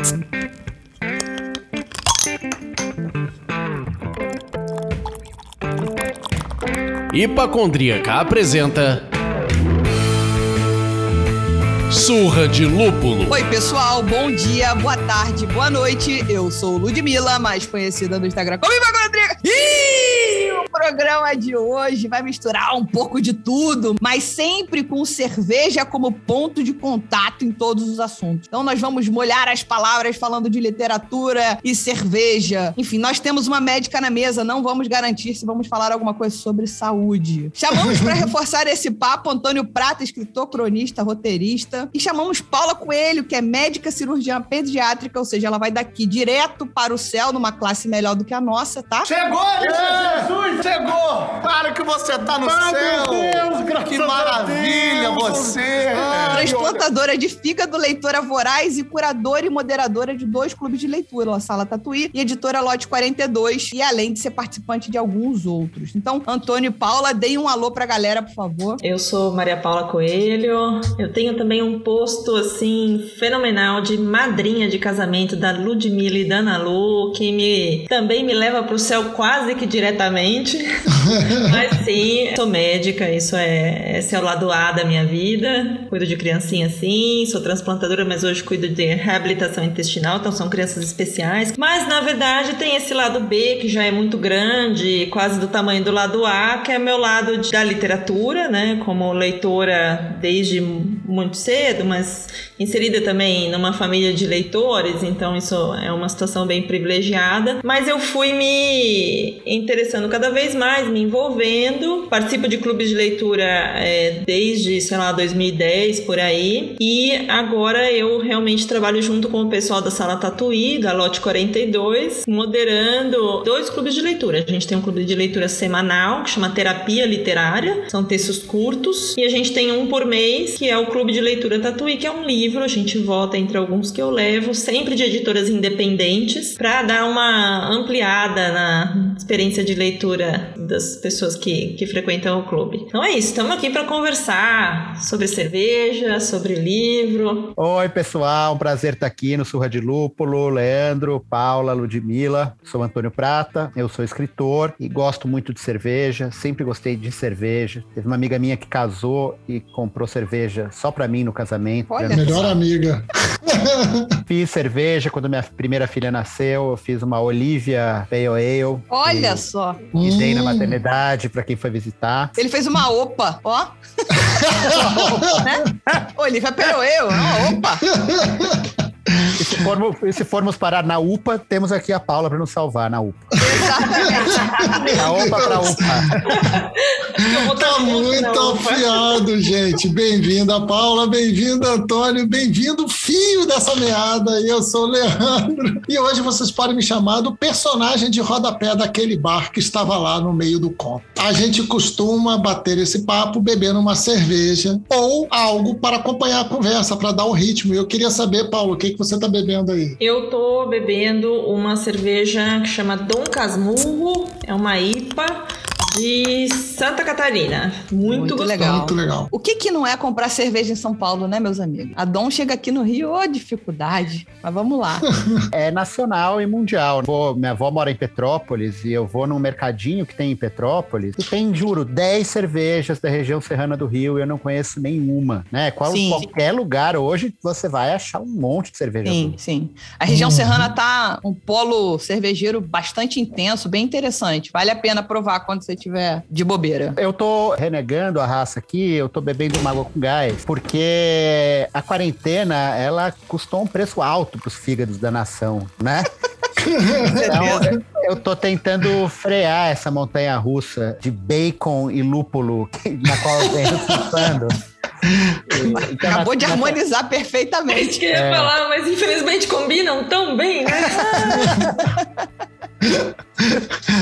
Hipacondríaca apresenta Surra de Lúpulo. Oi, pessoal, bom dia, boa tarde, boa noite. Eu sou Ludmilla, mais conhecida no Instagram como Hipacondríaca. O programa de hoje vai misturar um pouco de tudo, mas sempre com cerveja como ponto de contato em todos os assuntos. Então nós vamos molhar as palavras falando de literatura e cerveja. Enfim, nós temos uma médica na mesa, não vamos garantir se vamos falar alguma coisa sobre saúde. Chamamos para reforçar esse papo Antônio Prata, escritor, cronista, roteirista. E chamamos Paula Coelho, que é médica cirurgiã pediátrica, ou seja, ela vai daqui direto para o céu, numa classe melhor do que a nossa, tá? Chegou, Jesus! Chegou! Claro que você tá no céu! Meu Deus, que maravilha você! Transplantadora de fígado, leitora voraz e curadora e moderadora de 2 clubes de leitura, a Sala Tatuí e editora Lote 42, e além de ser participante de alguns outros. Então, Antônio e Paula, deem um alô pra galera, por favor. Eu sou Maria Paula Coelho, eu tenho também um posto, assim, fenomenal de madrinha de casamento da Ludmilla e da Ana Lu, que também me leva pro céu quase que diretamente. Mas sim, sou médica, esse é o lado A da minha vida. Cuido de criancinha, sim, sou transplantadora, mas hoje cuido de reabilitação intestinal, então são crianças especiais. Mas, na verdade, tem esse lado B, que já é muito grande, quase do tamanho do lado A, que é meu lado da literatura, né, como leitora desde muito cedo, mas inserida também numa família de leitores, então isso é uma situação bem privilegiada. Mas eu fui me interessando cada vez mais, me envolvendo. Participo de clubes de leitura desde, 2010, por aí. E agora eu realmente trabalho junto com o pessoal da Sala Tatuí, da Lote 42, moderando 2 clubes de leitura. A gente tem um clube de leitura semanal, que chama Terapia Literária. São textos curtos. E a gente tem um por mês, que é o Clube de Leitura Tatuí, que é um livro. A gente vota entre alguns que eu levo, sempre de editoras independentes, para dar uma ampliada na experiência de leitura das pessoas que frequentam o clube. Então é isso, estamos aqui para conversar sobre cerveja, sobre livro. Oi, pessoal, um prazer estar aqui no Surra de Lúpulo. Leandro, Paula, Ludmilla, sou Antônio Prata, eu sou escritor e gosto muito de cerveja, sempre gostei de cerveja. Teve uma amiga minha que casou e comprou cerveja só pra mim no casamento. Olha, melhor amiga. Fiz cerveja quando minha primeira filha nasceu, eu fiz uma Olivia Pale Ale. Olha só. E dei na maternidade pra quem foi visitar. Ele fez uma OPA, ó. Né? Olivia Pale Ale, uma OPA. E se formos parar na UPA, temos aqui a Paula para nos salvar na UPA. Exatamente. Da UPA para UPA. Tá muito afiado, gente. Bem-vinda, Paula. Bem-vindo, Antônio. Bem-vindo, fio dessa meada. Eu sou o Leandro. E hoje vocês podem me chamar do personagem de rodapé daquele bar que estava lá no meio do conto. A gente costuma bater esse papo bebendo uma cerveja ou algo para acompanhar a conversa, para dar um ritmo. E eu queria saber, Paulo, o que você tá bebendo aí? Eu tô bebendo uma cerveja que chama Dom Casmurro, é uma IPA de Santa Catarina. Muito legal. Muito legal. O que não é comprar cerveja em São Paulo, né, meus amigos? A Dom chega aqui no Rio, dificuldade. Mas vamos lá. É nacional e mundial. Minha avó mora em Petrópolis e eu vou num mercadinho que tem em Petrópolis e tem, juro, 10 cervejas da região serrana do Rio e eu não conheço nenhuma, né? Qualquer lugar hoje você vai achar um monte de cerveja. Sim. A região serrana tá um polo cervejeiro bastante intenso, bem interessante. Vale a pena provar quando você tiver de bobeira. Eu tô renegando a raça aqui, eu tô bebendo uma água com gás, porque a quarentena, ela custou um preço alto pros fígados da nação, né? Então, eu tô tentando frear essa montanha-russa de bacon e lúpulo na qual eu venho surfando. Acabou de harmonizar perfeitamente. Isso que eu ia falar, mas infelizmente combinam tão bem, né?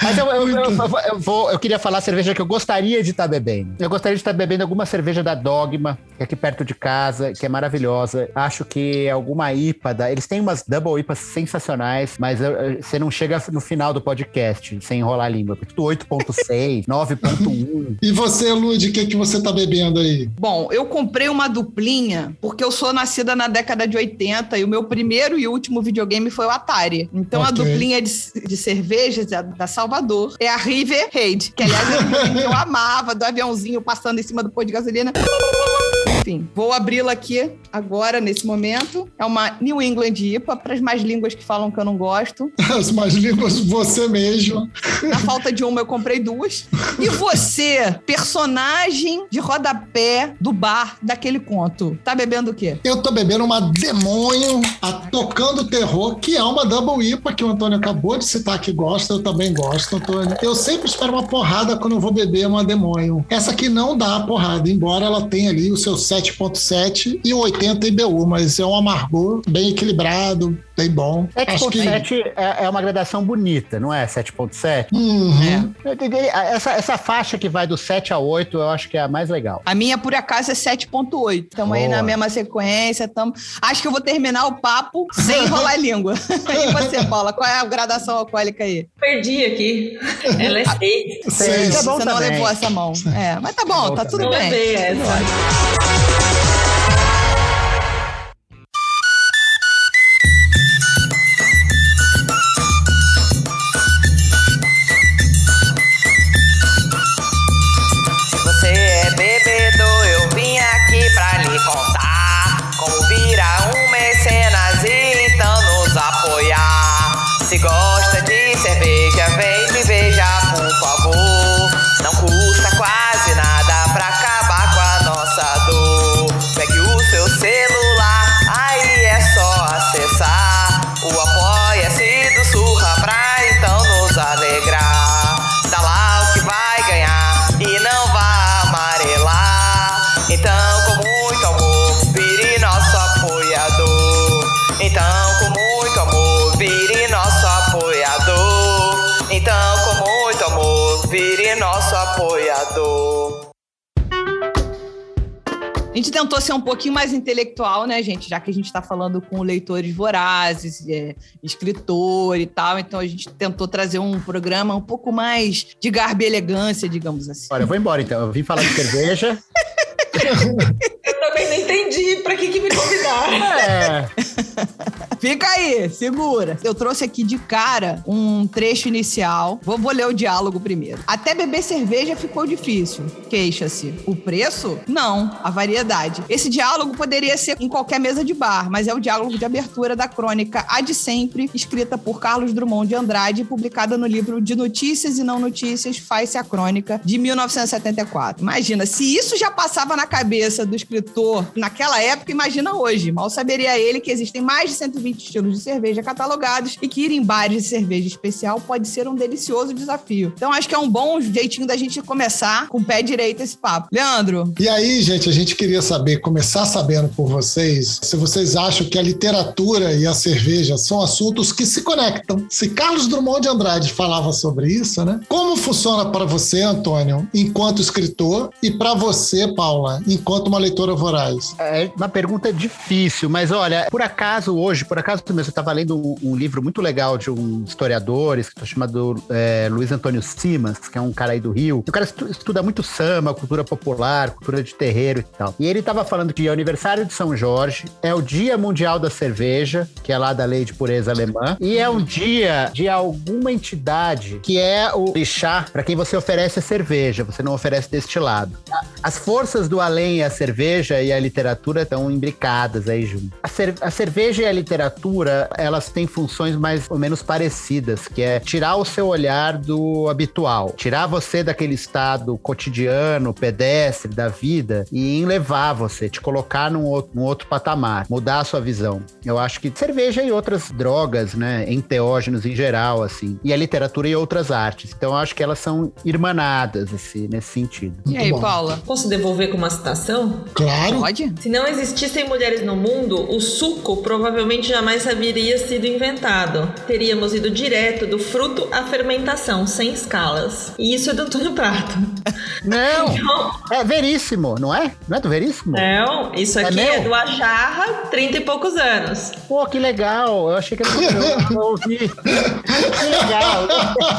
Mas eu queria falar a cerveja que eu gostaria de estar bebendo. Eu gostaria de estar bebendo alguma cerveja da Dogma, que é aqui perto de casa, que é maravilhosa. Acho que alguma IPA, eles têm umas Double IPAs sensacionais, mas você não chega no final do podcast sem enrolar a língua. Tudo 8.6, 9.1. E você, Lud, o que você tá bebendo aí? Bom, eu comprei uma duplinha porque eu sou nascida na década de 80 e o meu primeiro e último videogame foi o Atari. Então a duplinha de cervejas da Salvador é a River Raid, que aliás era um jogo que eu amava, do aviãozinho passando em cima do posto de gasolina. Enfim, vou abri-la aqui agora, nesse momento. É uma New England IPA, para as mais línguas que falam que eu não gosto. As mais línguas, você mesmo. Na falta de uma, eu comprei duas. E você, personagem de rodapé do bar daquele conto, tá bebendo o quê? Eu tô bebendo uma Demônio, a Tocando Terror, que é uma Double IPA, que o Antônio acabou de citar que gosta, eu também gosto, Antônio. Eu sempre espero uma porrada quando eu vou beber uma Demônio. Essa aqui não dá porrada, embora ela tenha ali o seu 7.7 e o 80 IBU, mas é um amargor bem equilibrado, bem bom. 7.7 é uma gradação bonita, não é? 7.7? Uhum. Essa faixa que vai do 7 a 8, eu acho que é a mais legal. A minha, por acaso, é 7.8. Estamos aí na mesma sequência. Acho que eu vou terminar o papo sem enrolar a língua. E você, Paula, qual é a gradação alcoólica aí? Perdi aqui. Ela é 6. Você não também levou essa mão. Mas tá bom, tá tudo bem. Não levei essa. Se gosta de cerveja, vem me veja, por favor. Não custa quase nada pra acabar com a nossa dor. Pegue o seu celular, aí é só acessar o Apoia-se do Surra pra então nos alegrar. Dá lá o que vai ganhar e não vai amarelar. Então com muito amor, vire nosso apoiador. Então com muito amor, vire nosso apoiador. Então com muito amor, vire nosso apoiador. A gente tentou ser um pouquinho mais intelectual, né, gente? Já que a gente tá falando com leitores vorazes, escritor e tal. Então a gente tentou trazer um programa um pouco mais de garbo e elegância, digamos assim. Olha, eu vou embora então. Eu vim falar de cerveja. Eu também não entendi pra que me convidaram. Fica aí, segura. Eu trouxe aqui de cara um trecho inicial. Vou ler o diálogo primeiro. Até beber cerveja ficou difícil. Queixa-se. O preço? Não. A variedade. Esse diálogo poderia ser em qualquer mesa de bar, mas é o diálogo de abertura da crônica A de Sempre, escrita por Carlos Drummond de Andrade e publicada no livro De Notícias e Não Notícias, Faz-se a Crônica, de 1974. Imagina, se isso já passava na cabeça do escritor naquela época, imagina hoje. Mal saberia ele que existem mais de 120 estilos de cerveja catalogados e que ir em bares de cerveja especial pode ser um delicioso desafio. Então acho que é um bom jeitinho da gente começar com o pé direito esse papo. Leandro? E aí, gente, a gente queria saber, começar sabendo por vocês, se vocês acham que a literatura e a cerveja são assuntos que se conectam. Se Carlos Drummond de Andrade falava sobre isso, né? Como funciona para você, Antônio, enquanto escritor, e para você, Paula, enquanto uma leitora voraz? É uma pergunta difícil, mas olha, por acaso mesmo, eu estava lendo um livro muito legal de um historiador, escritor chamado Luiz Antônio Simas, que é um cara aí do Rio. O cara estuda muito samba, cultura popular, cultura de terreiro e tal. E ele estava falando que é o aniversário de São Jorge, é o Dia Mundial da Cerveja, que é lá da Lei de Pureza Alemã, e é um dia de alguma entidade que é o orixá para quem você oferece a cerveja, você não oferece destilado. As forças do além e a cerveja e a literatura estão imbricadas aí junto. A cerveja e a literatura, elas têm funções mais ou menos parecidas, que é tirar o seu olhar do habitual, tirar você daquele estado cotidiano, pedestre da vida e levar você, te colocar num outro patamar, mudar a sua visão. Eu acho que cerveja e outras drogas, né, enteógenos em geral, assim, e a literatura e outras artes. Então eu acho que elas são irmanadas nesse sentido. E aí, Paula? Posso devolver com uma citação? Claro. Pode? Se não existissem mulheres no mundo, o suco provavelmente jamais haveria sido inventado. Teríamos ido direto do fruto à fermentação, sem escalas. E isso é do Antônio Prata. Não, Então, é Veríssimo, não é? Não é do Veríssimo? não, isso aqui é do Ajarra, 30 e poucos anos. Pô, que legal. Eu achei que era eu ouvi. Que legal.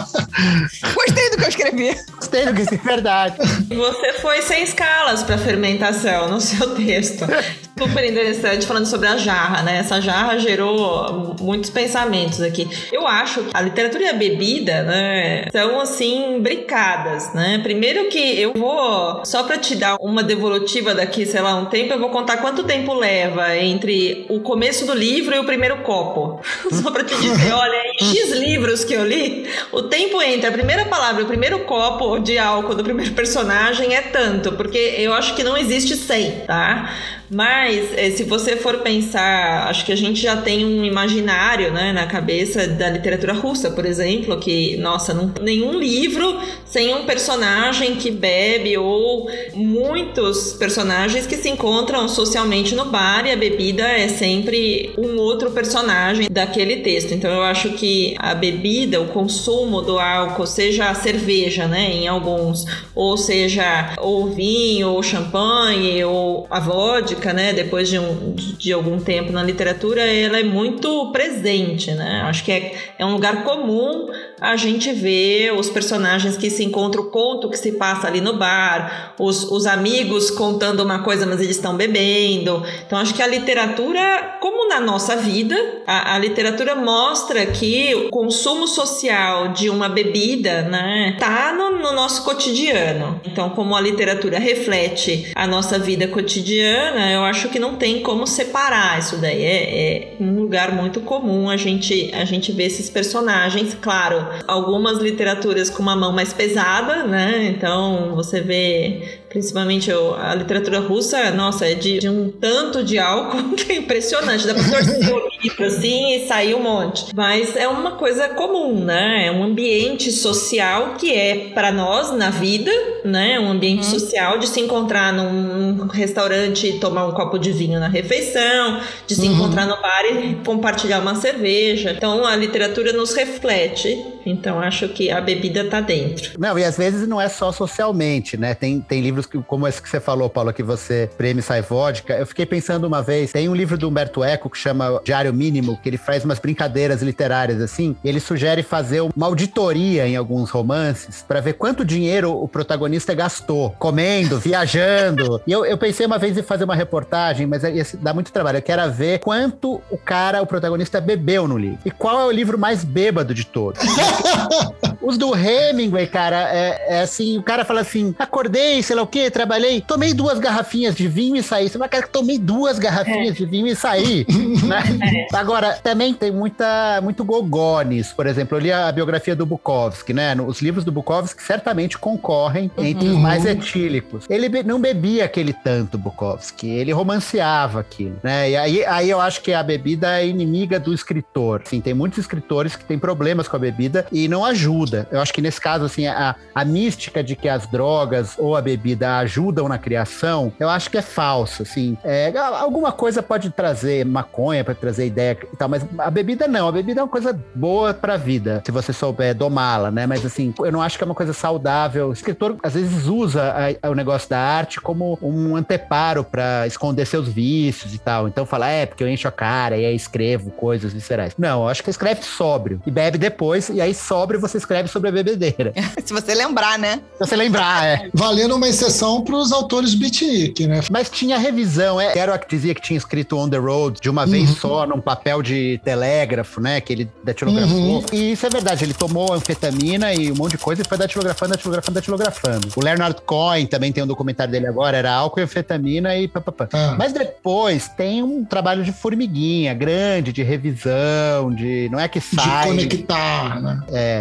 Gostei do que eu escrevi. Gostei do que é verdade. Você foi sem escalas para fermentação no seu texto. Super interessante, falando sobre a jarra, né? Essa jarra gerou muitos pensamentos aqui. Eu acho que a literatura e a bebida, né, são, assim, brincadas, né? Primeiro que eu vou, só para te dar uma devolutiva daqui, sei lá, um tempo, eu vou contar quanto tempo leva entre o começo do livro e o primeiro copo. Só para te dizer, olha, em X livros que eu li, o tempo entre a primeira palavra e o primeiro copo de álcool do primeiro personagem é tanto, porque eu acho que não existe 100, tá? Mas, se você for pensar, acho que a gente já tem um imaginário, né, na cabeça da literatura russa, por exemplo, que, nossa, nenhum livro sem um personagem que bebe, ou muitos personagens que se encontram socialmente no bar, e a bebida é sempre um outro personagem daquele texto. Então eu acho que a bebida, o consumo do álcool, seja a cerveja, né, em alguns, ou seja o vinho, ou champanhe, ou a vodka, né, depois de algum tempo na literatura, ela é muito presente, né? Acho que é um lugar comum a gente ver os personagens que se encontram, o conto que se passa ali no bar, os amigos contando uma coisa, mas eles estão bebendo. Então acho que a literatura, como na nossa vida, a literatura mostra que o consumo social de uma bebida, né, tá no nosso cotidiano. Então, como a literatura reflete a nossa vida cotidiana, eu acho que não tem como separar isso daí. É um lugar muito comum a gente ver esses personagens. Claro, algumas literaturas com uma mão mais pesada, né? Então você vê, principalmente a literatura russa, nossa, é de um tanto de álcool que é impressionante. Dá pra torcer o livro assim e sair um monte. Mas é uma coisa comum, né? É um ambiente social que é para nós na vida, né? Um ambiente social de se encontrar num restaurante e tomar um copo de vinho na refeição, de se encontrar no bar e compartilhar uma cerveja. Então a literatura nos reflete. Então acho que a bebida tá dentro. Não, e às vezes não é só socialmente, né? Tem livros como esse que você falou, Paula, que você prêmio sai vodka. Eu fiquei pensando uma vez, tem um livro do Humberto Eco que chama Diário Mínimo, que ele faz umas brincadeiras literárias assim, e ele sugere fazer uma auditoria em alguns romances para ver quanto dinheiro o protagonista gastou, comendo, viajando. E eu pensei uma vez em fazer uma reportagem, mas dá muito trabalho. Eu quero ver quanto o protagonista bebeu no livro. E qual é o livro mais bêbado de todos? Os do Hemingway, cara, é assim, o cara fala assim, acordei, sei lá o quê, trabalhei, tomei 2 garrafinhas de vinho e saí. Você vai, cara, tomei 2 garrafinhas de vinho e saí, né? Agora, também tem muito gogó nisso. Por exemplo, eu li a biografia do Bukowski, né? Os livros do Bukowski certamente concorrem entre os mais etílicos. Ele não bebia aquele tanto, Bukowski, ele romanceava aquilo, né? E aí eu acho que a bebida é inimiga do escritor. Assim, tem muitos escritores que têm problemas com a bebida e não ajuda. Eu acho que nesse caso, assim, a mística de que as drogas ou a bebida ajudam na criação, eu acho que é falso, assim. Alguma coisa pode trazer maconha, pode trazer ideia e tal, mas a bebida não. A bebida é uma coisa boa pra vida, se você souber domá-la, né? Mas, assim, eu não acho que é uma coisa saudável. O escritor, às vezes, usa o negócio da arte como um anteparo pra esconder seus vícios e tal. Então, fala, porque eu encho a cara e aí escrevo coisas viscerais. Não, eu acho que escreve sóbrio e bebe depois, e aí sóbrio você escreve sobre a bebedeira. Se você lembrar, né? Se você lembrar, Valendo uma exceção para os autores beatnik, né? Mas tinha revisão, Kerouac dizia que tinha escrito On the Road de uma vez só, num papel de telégrafo, né? Que ele datilografou. E isso é verdade, ele tomou anfetamina e um monte de coisa e foi datilografando. O Leonard Cohen também tem um documentário dele agora, era álcool e anfetamina e papapá. Mas depois tem um trabalho de formiguinha, grande, de revisão, não é que sai... De conectar, né? Tem que ir lá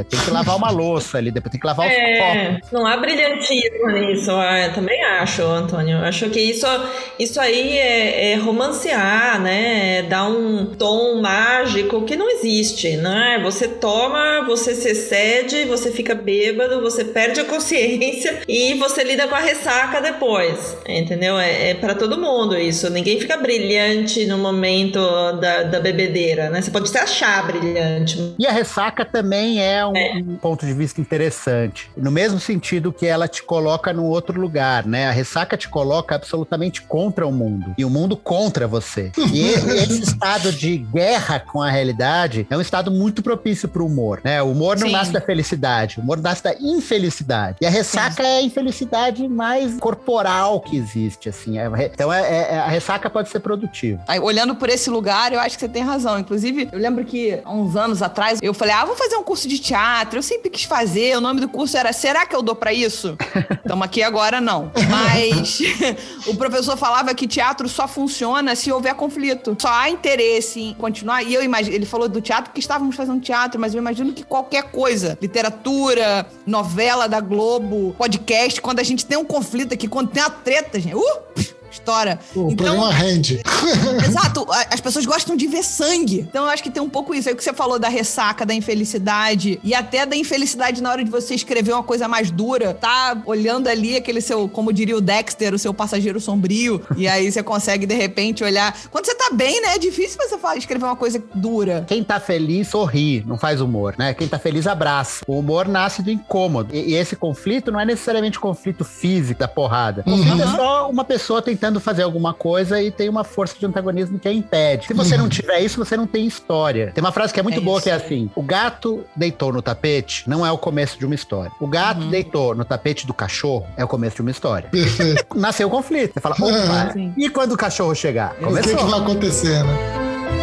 lavar uma louça ali, depois tem que lavar os copos. Não há brilhantismo nisso, eu também acho, Antônio. Eu acho que isso aí é romancear, né? Dar um tom mágico que não existe, né? Você toma, você se excede, você fica bêbado, você perde a consciência e você lida com a ressaca depois, entendeu? É pra todo mundo isso. Ninguém fica brilhante no momento da bebedeira, né? Você pode se achar brilhante. E a ressaca também é um ponto de vista interessante. No mesmo sentido que ela te coloca num outro lugar, né? A ressaca te coloca absolutamente contra o mundo. E o mundo contra você. E esse estado de guerra com a realidade é um estado muito propício pro humor, né? O humor não nasce da felicidade. O humor nasce da infelicidade. E a ressaca é a infelicidade mais corporal que existe, assim. Então, a ressaca pode ser produtiva. Aí, olhando por esse lugar, eu acho que você tem razão. Inclusive, eu lembro que há uns anos atrás, eu falei, vou fazer um curso de teatro. Eu sempre quis fazer. O nome do curso era Será que eu dou pra isso? Estamos aqui agora, não. Mas o professor falava que teatro só funciona se houver conflito. Só há interesse em continuar. E eu imagino, ele falou do teatro porque estávamos fazendo teatro, mas eu imagino que qualquer coisa, literatura, novela da Globo, podcast, quando a gente tem um conflito aqui, quando tem uma treta, gente, estoura. O programa rende. Exato. As pessoas gostam de ver sangue. Então eu acho que tem um pouco isso. Aí o que você falou da ressaca, da infelicidade e até da infelicidade na hora de você escrever uma coisa mais dura. Tá olhando ali aquele seu, como diria o Dexter, o seu passageiro sombrio. E aí você consegue, de repente, olhar. Quando você tá bem, né? É difícil você escrever uma coisa dura. Quem tá feliz, sorri. Não faz humor, né? Quem tá feliz, abraça. O humor nasce do incômodo. E esse conflito não é necessariamente conflito físico da porrada. O conflito é só uma pessoa tentando fazer alguma coisa e tem uma força de antagonismo que a impede. Se você não tiver isso, você não tem história. Tem uma frase que é muito boa, que é assim: o gato deitou no tapete não é o começo de uma história. O gato deitou no tapete do cachorro é o começo de uma história. Nasceu o conflito. Você fala, opa, e quando o cachorro chegar? Começou. O que vai acontecer, né?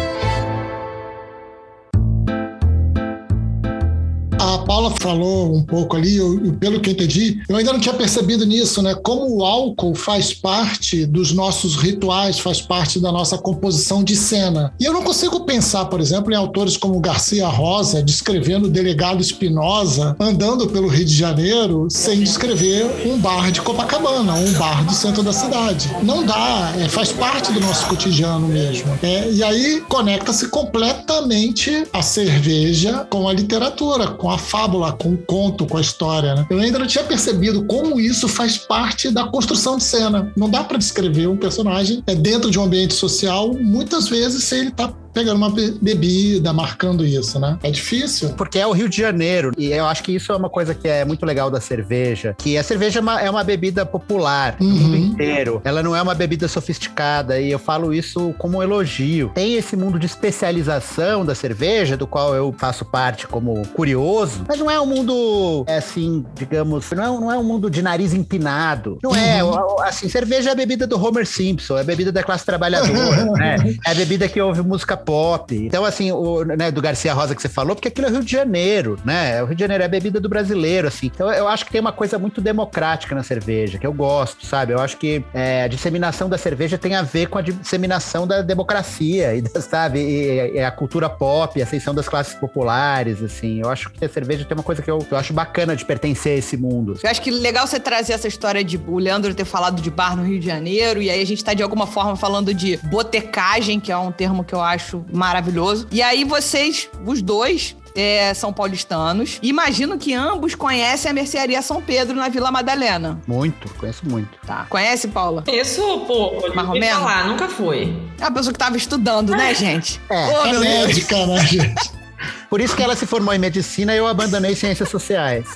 A Paula falou um pouco ali, pelo que eu entendi, eu ainda não tinha percebido nisso, né? Como o álcool faz parte dos nossos rituais, faz parte da nossa composição de cena. E eu não consigo pensar, por exemplo, em autores como Garcia Rosa descrevendo o delegado Espinosa andando pelo Rio de Janeiro sem descrever um bar de Copacabana, um bar do centro da cidade. Não dá, faz parte do nosso cotidiano mesmo. E aí conecta-se completamente a cerveja com a literatura, com a fábula, com o conto, com a história, né? Eu ainda não tinha percebido como isso faz parte da construção de cena. Não dá para descrever um personagem dentro de um ambiente social, muitas vezes, se ele tá pegando uma bebida, marcando isso, né? É difícil. Porque é o Rio de Janeiro, e eu acho que isso é uma coisa que é muito legal da cerveja, que a cerveja é uma bebida popular no mundo inteiro. Ela não é uma bebida sofisticada, e eu falo isso como um elogio. Tem esse mundo de especialização da cerveja, do qual eu faço parte como curioso, mas não é um mundo, assim, digamos, não é um mundo de nariz empinado. Não é, assim, cerveja é a bebida do Homer Simpson, é a bebida da classe trabalhadora, né? É a bebida que ouve música pop. Então, assim, do Garcia Rosa que você falou, porque aquilo é o Rio de Janeiro, né? O Rio de Janeiro é a bebida do brasileiro, assim. Então, eu acho que tem uma coisa muito democrática na cerveja, que eu gosto, sabe? Eu acho que a disseminação da cerveja tem a ver com a disseminação da democracia, sabe? E a cultura pop, a ascensão das classes populares, assim. Eu acho que a cerveja tem uma coisa que eu acho bacana de pertencer a esse mundo. Eu acho que legal você trazer essa história de o Leandro ter falado de bar no Rio de Janeiro, e aí a gente tá de alguma forma falando de botecagem, que é um termo que eu acho maravilhoso. E aí vocês, os dois, são paulistanos. Imagino que ambos conhecem a Mercearia São Pedro na Vila Madalena. Muito, conheço muito. Tá. Conhece, Paula? Conheço pouco. Mais ou menos? Falar, nunca fui. É uma pessoa que tava estudando, né, gente? É médica, né, gente? Por isso que ela se formou em medicina e eu abandonei ciências sociais.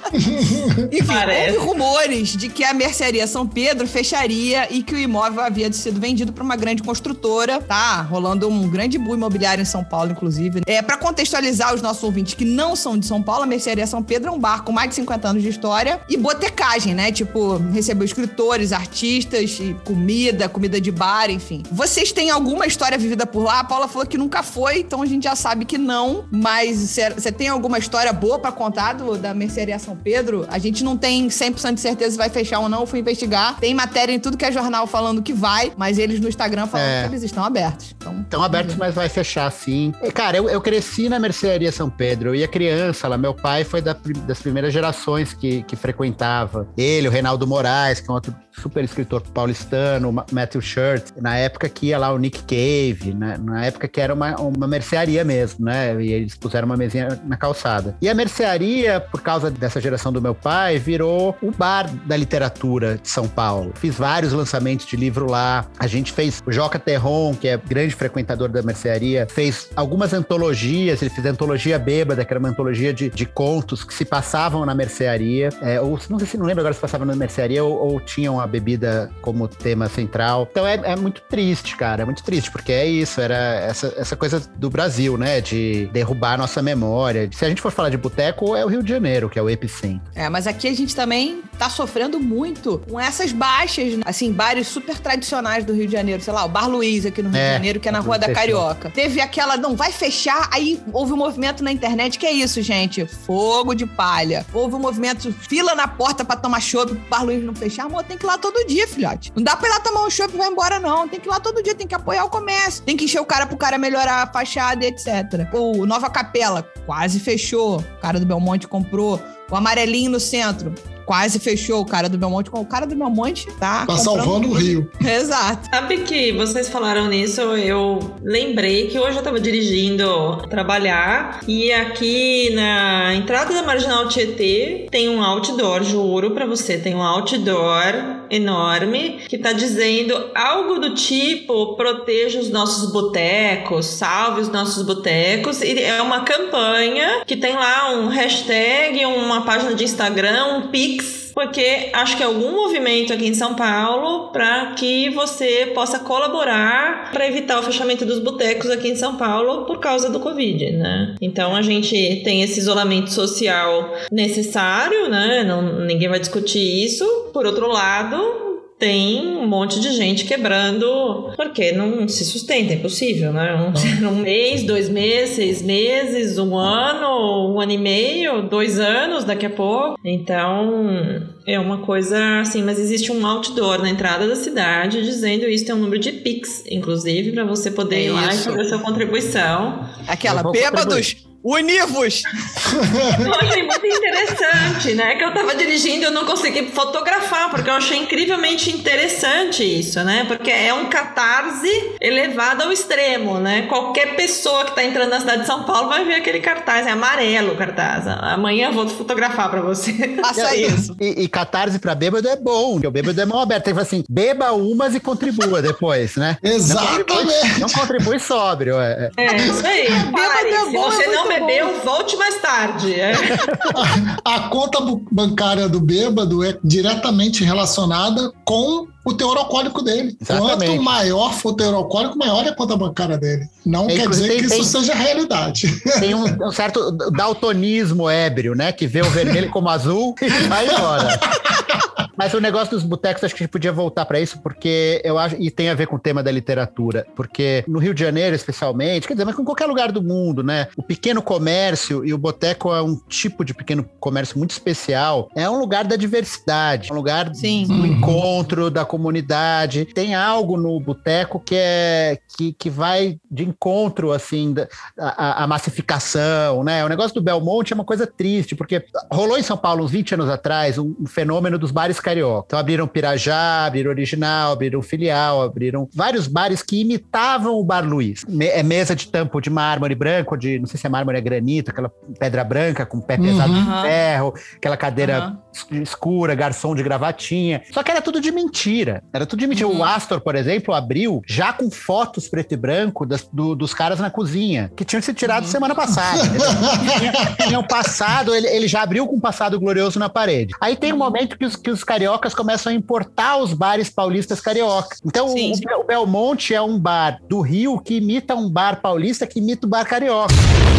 Enfim, houve rumores de que a Mercearia São Pedro fecharia e que o imóvel havia sido vendido para uma grande construtora. Tá rolando um grande boom imobiliário em São Paulo, inclusive. Para contextualizar os nossos ouvintes que não são de São Paulo, a Mercearia São Pedro é um bar com mais de 50 anos de história e botecagem, né? Tipo, recebeu escritores, artistas, e comida de bar, enfim. Vocês têm alguma história vivida por lá? A Paula falou que nunca foi, então a gente já sabe que não. Mas você tem alguma história boa pra contar da mercearia São Pedro? A gente não tem 100% de certeza se vai fechar ou não, eu fui investigar. Tem matéria em tudo que é jornal falando que vai, mas eles no Instagram falam que eles estão abertos. Estão abertos, mas vai fechar sim. E, cara, eu cresci na mercearia São Pedro, eu ia criança lá, meu pai foi das primeiras gerações que frequentava. Ele, o Reinaldo Moraes, que é um outro super escritor paulistano, o Matthew Shirt, na época que ia lá o Nick Cave, né? Na época que era uma mercearia mesmo, né? E eles puseram uma mesinha na calçada. E a mercearia, por causa dessa geração do meu pai, virou o bar da literatura de São Paulo. Fiz vários lançamentos de livro lá. A gente fez o Joca Terron, que é grande frequentador da mercearia, fez algumas antologias. Ele fez a Antologia Bêbada, que era uma antologia de contos que se passavam na mercearia. Ou não sei se não lembro agora se passavam na mercearia ou tinham a bebida como tema central. Então é muito triste, cara. É muito triste, porque é isso. Era essa coisa do Brasil, né? De derrubar a nossa memória. Se a gente for falar de boteco, é o Rio de Janeiro, que é o epicentro. Mas aqui a gente também tá sofrendo muito com essas baixas, né? Assim, bares super tradicionais do Rio de Janeiro. Sei lá, o Bar Luiz aqui no Rio de Janeiro, que é na Rua da Carioca. Teve aquela, não, vai fechar, aí houve um movimento na internet, que é isso, gente, fogo de palha. Houve um movimento, fila na porta pra tomar chopp, pro Bar Luiz não fechar. Amor, tem que ir lá todo dia, filhote. Não dá pra ir lá tomar um chopp e vai embora, não. Tem que ir lá todo dia, tem que apoiar o comércio. Tem que encher o cara pro cara melhorar a fachada, etc. O Nova Capela quase fechou. O cara do Belmonte comprou. O Amarelinho no centro quase fechou. O cara do Belmonte tá salvando o Rio. Exato. Sabe que vocês falaram nisso, eu lembrei que hoje eu tava dirigindo trabalhar e aqui na entrada da Marginal Tietê tem um outdoor, juro pra você, tem um outdoor enorme que tá dizendo algo do tipo: proteja os nossos botecos, salve os nossos botecos. E é uma campanha que tem lá um hashtag, uma página de Instagram, um Pix, porque acho que é algum movimento aqui em São Paulo para que você possa colaborar para evitar o fechamento dos botecos aqui em São Paulo por causa do Covid, né? Então a gente tem esse isolamento social necessário, né? Ninguém vai discutir isso. Por outro lado, tem um monte de gente quebrando, porque não se sustenta, é impossível, né? Um mês, 2 meses, 6 meses, 1 ano, 1 ano e meio, 2 anos daqui a pouco. Então, é uma coisa assim, mas existe um outdoor na entrada da cidade dizendo isso, tem um número de Pix, inclusive, para você poder ir lá e fazer a sua contribuição. Aquela, bêbados, univos! Eu achei muito interessante, né? Que eu tava dirigindo e eu não consegui fotografar, porque eu achei incrivelmente interessante isso, né? Porque é um catarse elevado ao extremo, né? Qualquer pessoa que tá entrando na cidade de São Paulo vai ver aquele cartaz, é amarelo o cartaz. Amanhã eu vou fotografar pra você. Faça isso. E catarse pra bêbado é bom, porque o bêbado é mão aberta. Tem que falar assim, beba umas e contribua depois, né? Exatamente. Não contribui sóbrio. É isso aí. Se você não bebeu, volte mais tarde. A conta bancária do bêbado é diretamente relacionada com o teor alcoólico dele. Exatamente. Quanto maior for o teor alcoólico, maior é a conta bancária dele. Não quer dizer que isso seja realidade. Tem um certo daltonismo ébrio, né? Que vê o vermelho como azul e vai embora. Mas o negócio dos botecos, acho que a gente podia voltar para isso, porque eu acho, e tem a ver com o tema da literatura, porque no Rio de Janeiro, especialmente, quer dizer, mas em qualquer lugar do mundo, né? O pequeno comércio, e o boteco é um tipo de pequeno comércio muito especial, é um lugar da diversidade, um lugar do encontro, da comunidade. Tem algo no boteco que vai de encontro, assim, a massificação, né? O negócio do Belmonte é uma coisa triste, porque rolou em São Paulo, uns 20 anos atrás, um fenômeno dos bares carioca. Então abriram Pirajá, abriram Original, abriram Filial, abriram vários bares que imitavam o Bar Luiz. Mesa de tampo de mármore branco, não sei se é mármore, é granito, aquela pedra branca com pé pesado de ferro, aquela cadeira escura, garçom de gravatinha. Só que era tudo de mentira. Era tudo de mentira. O Astor, por exemplo, abriu já com fotos preto e branco dos caras na cozinha, que tinham sido tirados semana passada. Tinham passado, ele já abriu com um passado glorioso na parede. Aí tem um momento que os cariocas começam a importar os bares paulistas cariocas. Então, o Belmonte é um bar do Rio que imita um bar paulista que imita o bar carioca.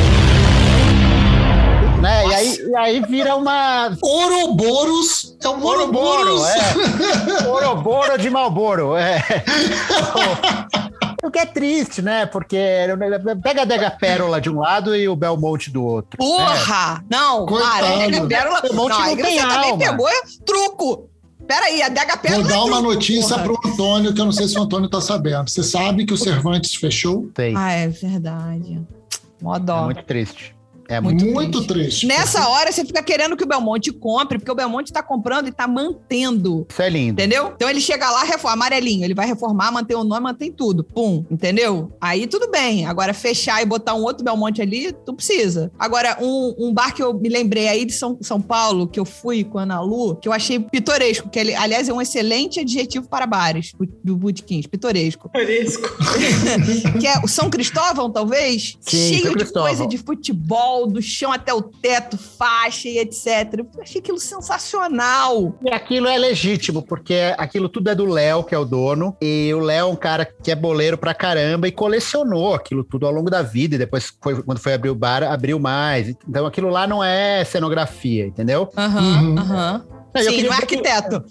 Né? E aí vira uma... Ouroboros é um Ouroboros. Ouroboro de Marlboro. O que é triste, né? Porque pega a Adega Pérola de um lado e o Belmonte do outro. Porra! Não, cara, a Adega Pérola... Belmonte não tem você também alma. pegou truco. Peraí, a Adega Pérola... Vou dar uma notícia porra. pro Antônio, que eu não sei se o Antônio tá sabendo. Você sabe que o Cervantes fechou? Sei. Ah, é verdade. Mó dó. É muito triste. É Muito triste. Nessa hora, você fica querendo que o Belmonte compre, porque o Belmonte tá comprando e tá mantendo. Isso é lindo. Entendeu? Então ele chega lá, reforma, amarelinho. Ele vai reformar, manter o nome, mantém tudo. Pum, entendeu? Aí tudo bem. Agora fechar e botar um outro Belmonte ali, tu precisa. Agora, um bar que eu me lembrei aí de São Paulo, que eu fui com a Ana Lu, que eu achei pitoresco, que ele, aliás, é um excelente adjetivo para bares do Bootkins, pitoresco. Pitoresco. Que é o São Cristóvão, talvez? Sim, cheio São de Cristóvão. coisa de futebol, do chão até o teto, faixa e etc. Eu achei aquilo sensacional. E aquilo é legítimo, porque aquilo tudo é do Léo, que é o dono, e o Léo é um cara que é boleiro pra caramba e colecionou aquilo tudo ao longo da vida, e depois, quando foi abrir o bar, abriu mais. Então aquilo lá não é cenografia, entendeu? Aham. Sim, não é arquiteto.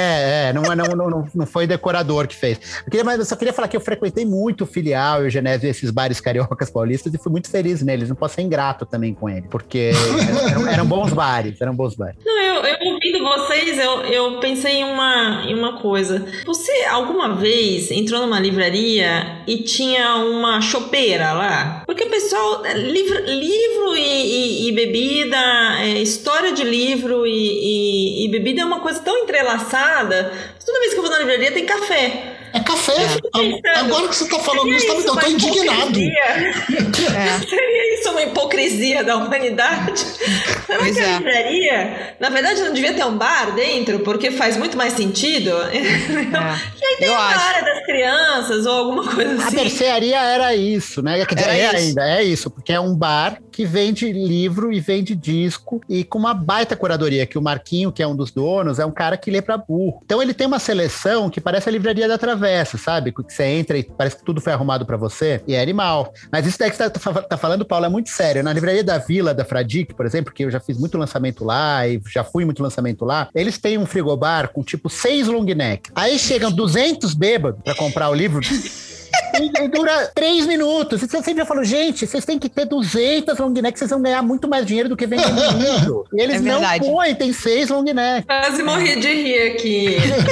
Não foi decorador que fez. Mas eu só queria falar que eu frequentei muito o Filial e o Genésio e esses bares cariocas paulistas e fui muito feliz neles. Não posso ser ingrato também com ele, porque eram bons bares, Não, eu ouvindo vocês, eu pensei em uma coisa. Você alguma vez entrou numa livraria e tinha uma chopeira lá? Porque o pessoal, livro e bebida, história de livro e bebida é uma coisa tão entrelaçada. Toda vez que eu vou na livraria tem café. É café. Agora que você tá falando isso, eu tô indignado. Seria isso uma hipocrisia da humanidade? Será que a livraria, na verdade, não devia ter um bar dentro? Porque faz muito mais sentido. E aí tem a área das crianças ou alguma coisa assim. A tercearia era isso, né? Quer dizer, é isso, porque é um bar que vende livro e vende disco e com uma baita curadoria, que o Marquinho, que é um dos donos, é um cara que lê pra burro. Então ele tem uma seleção que parece a livraria da Travessa, sabe? Que você entra e parece que tudo foi arrumado pra você e é animal. Mas isso daí que você tá falando, Paulo, é muito sério. Na livraria da Vila, da Fradique, por exemplo, que eu já fiz muito lançamento lá e já fui muito lançamento lá, eles têm um frigobar com tipo 6 long neck. Aí chegam 200 bêbados pra comprar o livro... E dura 3 minutos. Você sempre fala, gente, vocês têm que ter 200 long neck, vocês vão ganhar muito mais dinheiro do que vendendo livro. E eles não põem, tem 6 long neck. Quase morri de rir aqui.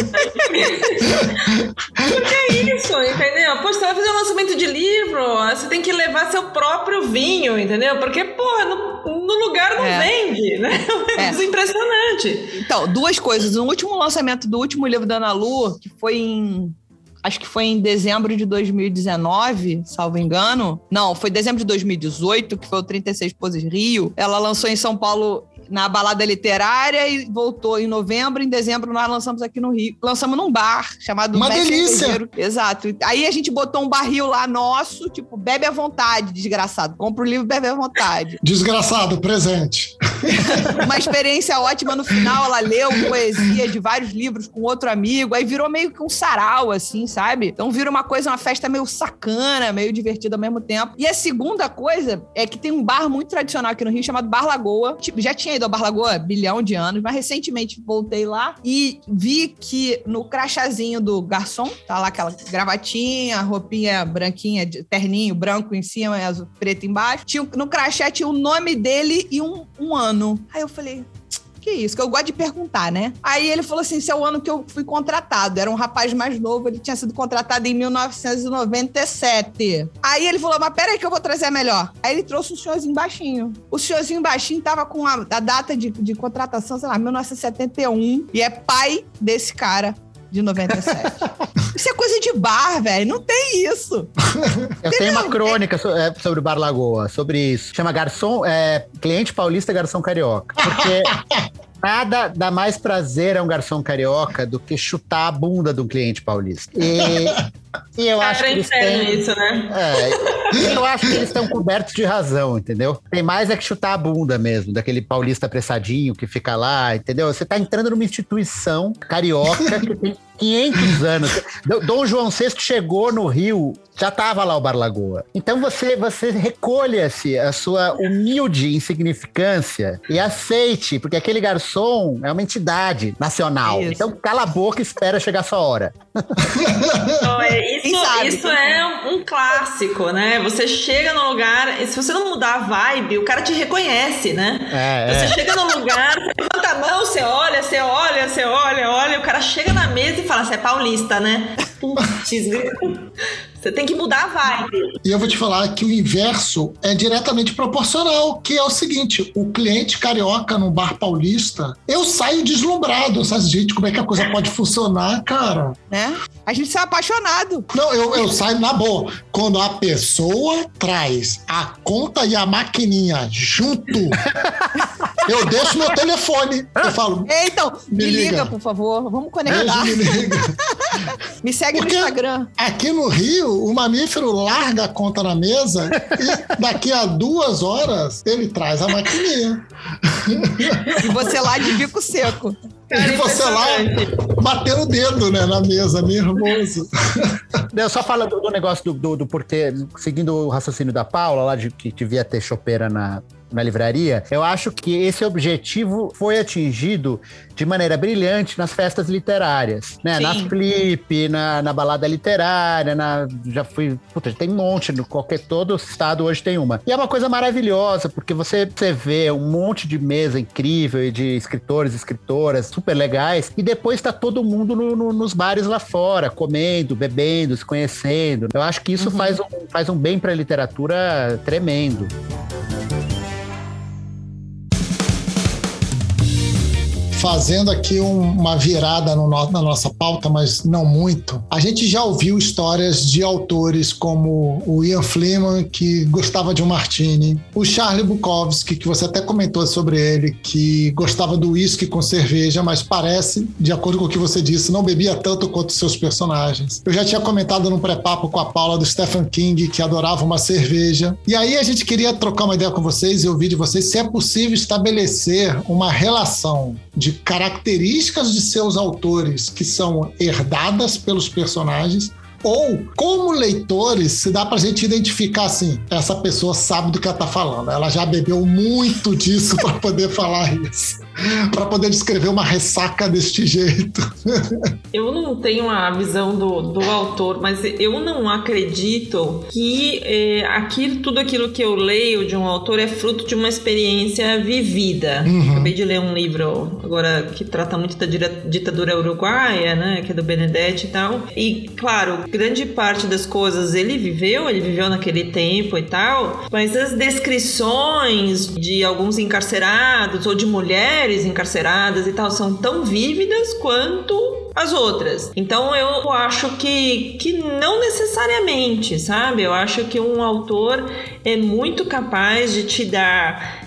Porque é isso, entendeu? Poxa, você vai fazer um lançamento de livro, você tem que levar seu próprio vinho, entendeu? Porque, porra, no lugar não vende, né? É impressionante. Então, 2 coisas. No último lançamento do último livro da Ana Lu, que foi acho que foi em dezembro de 2019, salvo engano. Não, foi dezembro de 2018, que foi o 36 Poses Rio. Ela lançou em São Paulo na Balada Literária e voltou em novembro. Em dezembro nós lançamos aqui no Rio. Lançamos num bar chamado Uma delícia! Exato. Aí a gente botou um barril lá nosso, tipo, bebe à vontade, desgraçado. Compra o livro, bebe à vontade. Desgraçado, presente. Uma experiência ótima. No final ela leu poesia de vários livros com outro amigo. Aí virou meio que um sarau, assim, sabe? Então vira uma festa meio sacana, meio divertida ao mesmo tempo. E a segunda coisa é que tem um bar muito tradicional aqui no Rio chamado Bar Lagoa. Tipo, já tinha ido ao Bar Lagoa bilhão de anos, mas recentemente voltei lá e vi que no crachazinho do garçom, tá lá aquela gravatinha, roupinha branquinha, terninho branco em cima e azul, preto embaixo. No crachá tinha o nome dele e um ano. Aí eu falei... Que isso, que eu gosto de perguntar, né? Aí ele falou assim, esse é o ano que eu fui contratado. Era um rapaz mais novo, ele tinha sido contratado em 1997. Aí ele falou, mas peraí que eu vou trazer a melhor. Aí ele trouxe um senhorzinho baixinho. O senhorzinho baixinho tava com a data de contratação, sei lá, 1971. E é pai desse cara de 97. Isso é coisa de bar, velho. Não tem isso. Eu tenho uma crônica sobre o Bar Lagoa, sobre isso. Chama Cliente Paulista Garçom Carioca. Porque nada dá mais prazer a um garçom carioca do que chutar a bunda de um cliente paulista. E eu acho que eles têm... isso, né? Eu acho que eles estão cobertos de razão, entendeu? Tem mais é que chutar a bunda mesmo, daquele paulista apressadinho que fica lá, entendeu? Você tá entrando numa instituição carioca que tem 500 anos. Dom João VI chegou no Rio, já estava lá o Bar Lagoa. Então você recolha-se a sua humilde insignificância e aceite, porque aquele garçom é uma entidade nacional. Isso. Então cala a boca e espera chegar a sua hora. Então, isso é um clássico, né? Você chega no lugar, e se você não mudar a vibe, o cara te reconhece, né? Você chega no lugar, você levanta a mão, você olha, e o cara chega na mesa e fala, você é paulista, né? Putz, você tem que mudar a vibe. E eu vou te falar que o inverso é diretamente proporcional, que é o seguinte, o cliente carioca no bar paulista, eu saio deslumbrado, sabe, gente, como é que a coisa pode funcionar, cara? Né? A gente sai apaixonado. Não, eu saio na boa. Quando a pessoa traz a conta e a maquininha junto, eu deixo meu telefone. Eu falo, Então, me liga, por favor. Vamos conectar. me liga. Me segue Porque no Instagram. Aqui no Rio, o mamífero larga a conta na mesa e daqui a 2 horas ele traz a maquininha. E você lá de bico seco. E você lá batendo o dedo, né, na mesa, nervoso. Eu só falo do negócio do porquê, seguindo o raciocínio da Paula, lá de que devia ter chopeira na livraria, eu acho que esse objetivo foi atingido de maneira brilhante nas festas literárias, né? Sim. Na Flip, na balada literária, já tem um monte, todo estado hoje tem uma. E é uma coisa maravilhosa, porque você vê um monte de mesa incrível e de escritores e escritoras super legais, e depois tá todo mundo nos bares lá fora, comendo, bebendo, se conhecendo. Eu acho que isso faz um bem pra literatura tremendo. Fazendo aqui uma virada na nossa pauta, mas não muito. A gente já ouviu histórias de autores como o Ian Fleming, que gostava de um martini, o Charlie Bukowski, que você até comentou sobre ele, que gostava do uísque com cerveja, mas parece, de acordo com o que você disse, não bebia tanto quanto seus personagens. Eu já tinha comentado no pré-papo com a Paula do Stephen King, que adorava uma cerveja. E aí a gente queria trocar uma ideia com vocês e ouvir de vocês se é possível estabelecer uma relação de características de seus autores que são herdadas pelos personagens, ou como leitores, se dá pra gente identificar assim, essa pessoa sabe do que ela tá falando, ela já bebeu muito disso para poder falar isso, para poder descrever uma ressaca deste jeito. Eu não tenho a visão do autor, mas eu não acredito que tudo aquilo que eu leio de um autor é fruto de uma experiência vivida. Acabei de ler um livro agora que trata muito da ditadura uruguaia, né, que é do Benedetti e tal, e claro, grande parte das coisas ele viveu naquele tempo e tal, mas as descrições de alguns encarcerados ou de mulheres encarceradas e tal são tão vívidas quanto as outras. Então eu acho que não necessariamente, sabe? Eu acho que um autor é muito capaz de te dar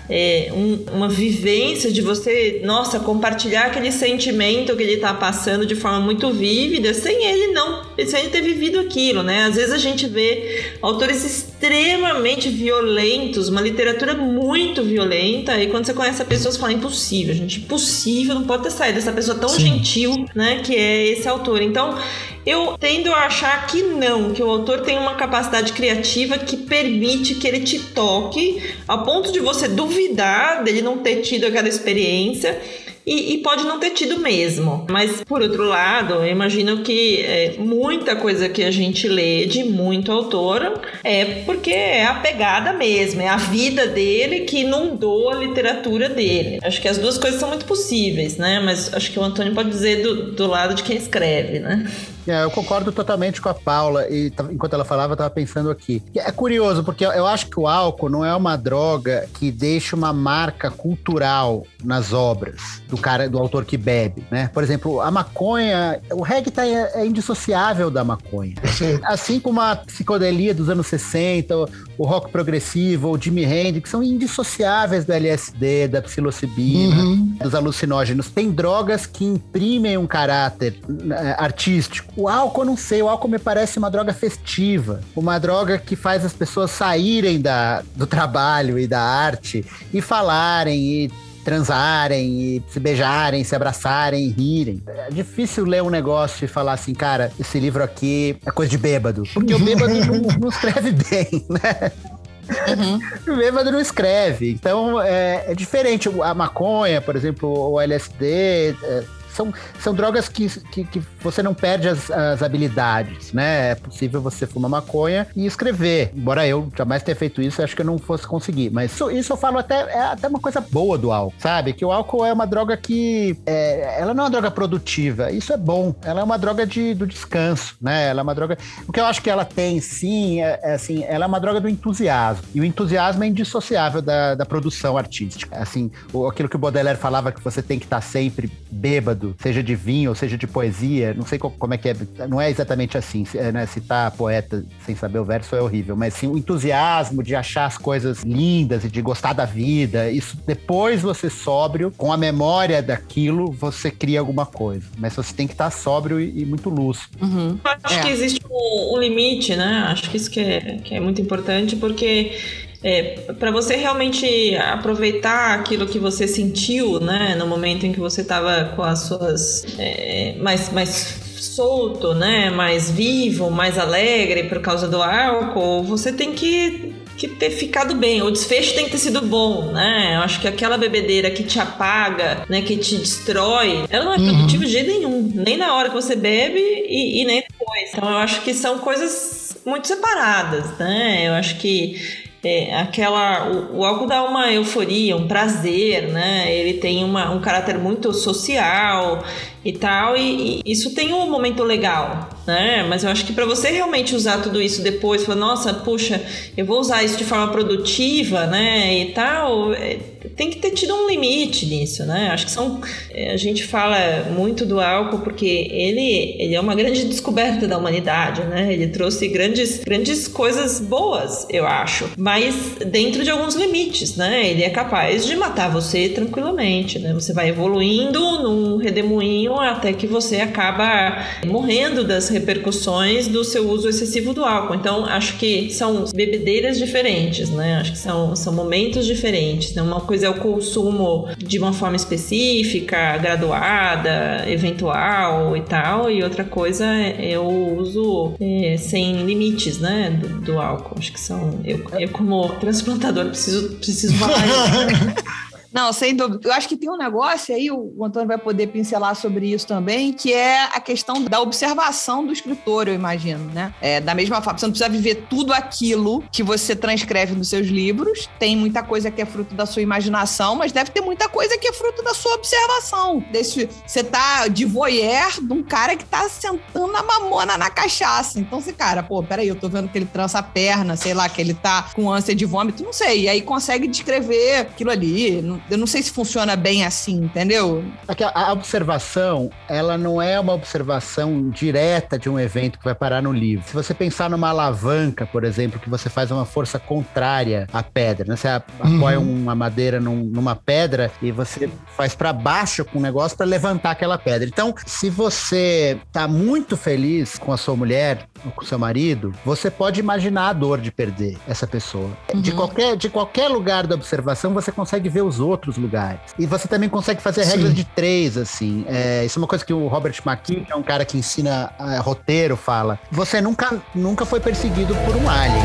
uma vivência, de você, compartilhar aquele sentimento que ele tá passando de forma muito vívida, sem ele ter vivido aquilo, né? Às vezes a gente vê autores extremamente violentos, uma literatura muito violenta, e quando você conhece a pessoa, você fala, impossível, gente, impossível, não pode ter saído dessa pessoa tão gentil, né, que é esse autor. Então, eu tendo a achar que não, que o autor tem uma capacidade criativa que permite que ele te toque a ponto de você duvidar dele não ter tido aquela experiência, e pode não ter tido mesmo. Mas, por outro lado, eu imagino que muita coisa que a gente lê de muito autor é porque é a pegada mesmo, é a vida dele que inundou a literatura dele. Acho que as duas coisas são muito possíveis, né? Mas acho que o Antônio pode dizer do lado de quem escreve, né? Eu concordo totalmente com a Paula, e enquanto ela falava, eu estava pensando aqui. É curioso, porque eu acho que o álcool não é uma droga que deixa uma marca cultural nas obras do autor que bebe, né? Por exemplo, a maconha, o reggae é indissociável da maconha. Assim como a psicodelia dos anos 60, o rock progressivo, o Jimi Hendrix, são indissociáveis do LSD, da psilocibina, dos alucinógenos. Tem drogas que imprimem um caráter artístico. O álcool, eu não sei, o álcool me parece uma droga festiva, uma droga que faz as pessoas saírem do trabalho e da arte e falarem e transarem, e se beijarem, se abraçarem, rirem. É difícil ler um negócio e falar assim, cara, esse livro aqui é coisa de bêbado. Porque o bêbado não escreve bem, né? O bêbado não escreve. Então, é diferente. A maconha, por exemplo, o LSD... São drogas que você não perde as habilidades, né? É possível você fumar maconha e escrever. Embora eu jamais tenha feito isso, acho que eu não fosse conseguir. Mas isso eu falo até uma coisa boa do álcool, sabe? Que o álcool é uma droga que... ela não é uma droga produtiva. Isso é bom. Ela é uma droga do descanso, né? Ela é uma droga... O que eu acho que ela tem, sim, assim, ela é uma droga do entusiasmo. E o entusiasmo é indissociável da produção artística. Assim, aquilo que o Baudelaire falava, que você tem que estar sempre bêbado, seja de vinho ou seja de poesia, não sei como é que é, não é exatamente assim, né? Citar poeta sem saber o verso é horrível, mas sim o entusiasmo de achar as coisas lindas e de gostar da vida, isso depois você sóbrio, com a memória daquilo, você cria alguma coisa, mas você tem que estar sóbrio e muito lúcido. Acho que existe um limite, né? Acho que isso que é muito importante, porque para você realmente aproveitar aquilo que você sentiu, né, no momento em que você estava com as suas mais solto, né, mais vivo, mais alegre por causa do álcool, você tem que ter ficado bem, o desfecho tem que ter sido bom, né? Eu acho que aquela bebedeira que te apaga, né, que te destrói, ela não é produtiva de jeito nenhum, nem na hora que você bebe e nem depois. Então eu acho que são coisas muito separadas, né? Eu acho que o álcool dá uma euforia, um prazer, né? Ele tem um caráter muito social e tal, e isso tem um momento legal, né? Mas eu acho que para você realmente usar tudo isso depois, falar, nossa, puxa, eu vou usar isso de forma produtiva, né? E tal, tem que ter tido um limite nisso, né? Acho que a gente fala muito do álcool porque ele é uma grande descoberta da humanidade, né? Ele trouxe grandes coisas boas, eu acho, mas dentro de alguns limites, né? Ele é capaz de matar você tranquilamente, né? Você vai evoluindo num redemoinho até que você acaba morrendo das repercussões do seu uso excessivo do álcool. Então, acho que são bebedeiras diferentes, né? Acho que são momentos diferentes, né? Uma coisa é o consumo de uma forma específica, graduada, eventual e tal, e outra coisa é o uso sem limites, né? Do álcool. Acho que eu como transplantador preciso falar isso. Não, sem dúvida. Eu acho que tem um negócio aí, o Antônio vai poder pincelar sobre isso também, que é a questão da observação do escritor, eu imagino, né? Da mesma forma, você não precisa viver tudo aquilo que você transcreve nos seus livros. Tem muita coisa que é fruto da sua imaginação, mas deve ter muita coisa que é fruto da sua observação. Você tá de voyeur de um cara que tá sentando a mamona na cachaça. Então, cara, peraí, eu tô vendo que ele trança a perna, sei lá, que ele tá com ânsia de vômito, não sei. E aí consegue descrever aquilo ali. Eu não sei se funciona bem assim, entendeu? A observação, ela não é uma observação direta de um evento que vai parar no livro. Se você pensar numa alavanca, por exemplo, que você faz uma força contrária à pedra, né? Você apoia uma madeira numa pedra e você faz para baixo com o negócio para levantar aquela pedra. Então, se você tá muito feliz com a sua mulher ou com o seu marido, você pode imaginar a dor de perder essa pessoa. De qualquer lugar da observação, você consegue ver os outros lugares. E você também consegue fazer regras de 3, assim. Isso é uma coisa que o Robert McKee, que é um cara que ensina roteiro, fala. Você nunca foi perseguido por um alien.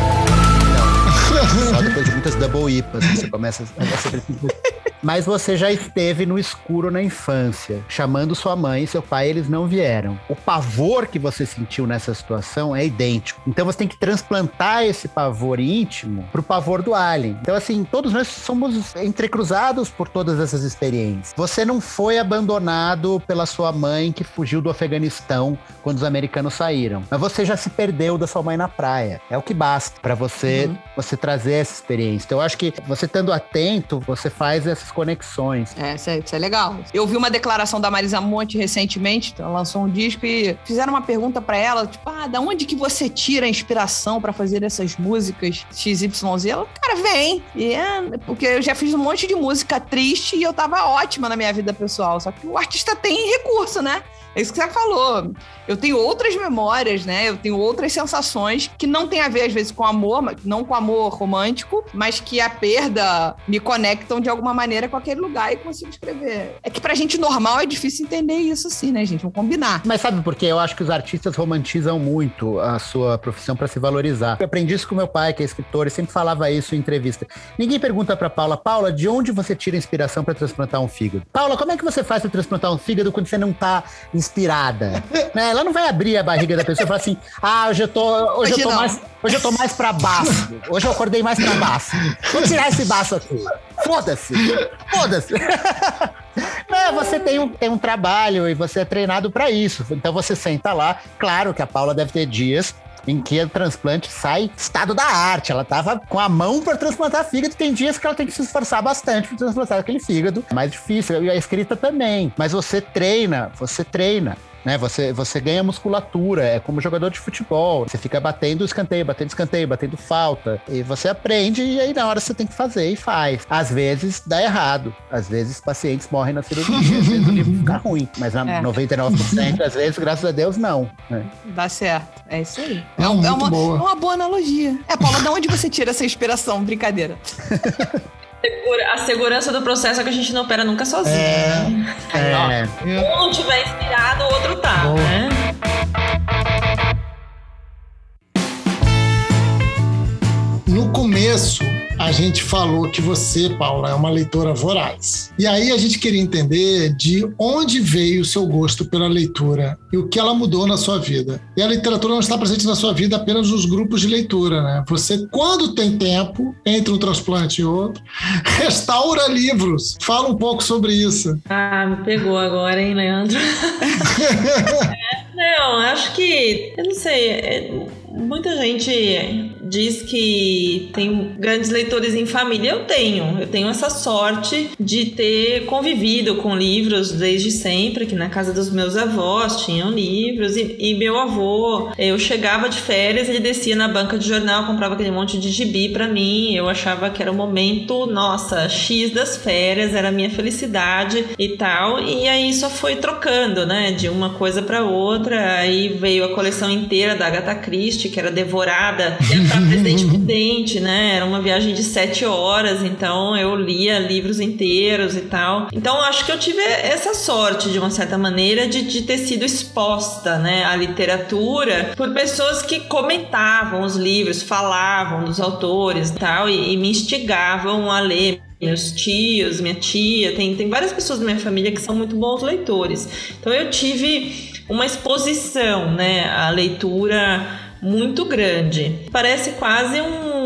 Não. Só depois de muitas double IPAs, você começa a ser perseguido. Mas você já esteve no escuro na infância, chamando sua mãe e seu pai, eles não vieram. O pavor que você sentiu nessa situação é idêntico. Então você tem que transplantar esse pavor íntimo pro pavor do alien. Então, assim, todos nós somos entrecruzados por todas essas experiências. Você não foi abandonado pela sua mãe que fugiu do Afeganistão quando os americanos saíram. Mas você já se perdeu da sua mãe na praia. É o que basta para você trazer essa experiência. Então, eu acho que você estando atento, você faz essas conexões. Isso é legal. Eu vi uma declaração da Marisa Monte recentemente, ela lançou um disco e fizeram uma pergunta pra ela, tipo, da onde que você tira a inspiração pra fazer essas músicas XYZ? Ela, cara, vem. Porque eu já fiz um monte de música triste e eu tava ótima na minha vida pessoal, só que o artista tem recurso, né? É isso que você falou. Eu tenho outras memórias, né? Eu tenho outras sensações que não tem a ver, às vezes, com amor, não com amor romântico, mas que a perda me conectam de alguma maneira com aquele lugar e consigo escrever. É que pra gente normal é difícil entender isso assim, né, gente? Vamos combinar. Mas sabe por quê? Eu acho que os artistas romantizam muito a sua profissão pra se valorizar. Eu aprendi isso com meu pai, que é escritor, e sempre falava isso em entrevista. Ninguém pergunta pra Paula, de onde você tira inspiração pra transplantar um fígado? Paula, como é que você faz pra transplantar um fígado quando você não tá inspirada? Né? Ela não vai abrir a barriga da pessoa e falar assim, hoje eu tô mais pra baixo. Hoje eu acordei mais pra baixo. Vou tirar esse baço aqui. Foda-se. Você tem um trabalho e você é treinado pra isso. Então você senta lá. Claro que a Paula deve ter dias em que o transplante sai estado da arte. Ela tava com a mão para transplantar fígado. Tem dias que ela tem que se esforçar bastante para transplantar aquele fígado. Mais difícil. E a escrita também. Mas você treina. Né? Você ganha musculatura, é como jogador de futebol. Você fica batendo escanteio, batendo falta. E você aprende e aí na hora você tem que fazer e faz. Às vezes dá errado. Às vezes pacientes morrem na cirurgia, às vezes o livro fica ruim. Mas 99% às vezes, graças a Deus, não. Né? Dá certo. É isso aí. É uma boa analogia. Paula, de onde você tira essa inspiração? Brincadeira. A segurança do processo é que a gente não opera nunca sozinho. Um não tiver inspirado, o outro tá, né? No começo, a gente falou que você, Paula, é uma leitora voraz. E aí a gente queria entender de onde veio o seu gosto pela leitura e o que ela mudou na sua vida. E a literatura não está presente na sua vida apenas nos grupos de leitura, né? Você, quando tem tempo, entre um transplante e outro, restaura livros. Fala um pouco sobre isso. Me pegou agora, hein, Leandro? Não, acho que... Eu não sei... Muita gente diz que tem grandes leitores em família. Eu tenho essa sorte de ter convivido com livros desde sempre, que na casa dos meus avós tinham livros, e meu avô, eu chegava de férias, ele descia na banca de jornal, comprava aquele monte de gibi pra mim, eu achava que era o momento, nossa, X das férias, era a minha felicidade e tal, e aí só foi trocando, né, de uma coisa pra outra, aí veio a coleção inteira da Agatha Christie, que era devorada, pra Presidente Prudente, né? Era uma viagem de 7 horas, então eu lia livros inteiros e tal. Então acho que eu tive essa sorte, de uma certa maneira, de ter sido exposta, né, à literatura por pessoas que comentavam os livros, falavam dos autores e tal, e me instigavam a ler. Meus tios, minha tia, tem várias pessoas da minha família que são muito bons leitores. Então eu tive uma exposição, né, à leitura muito grande. Parece quase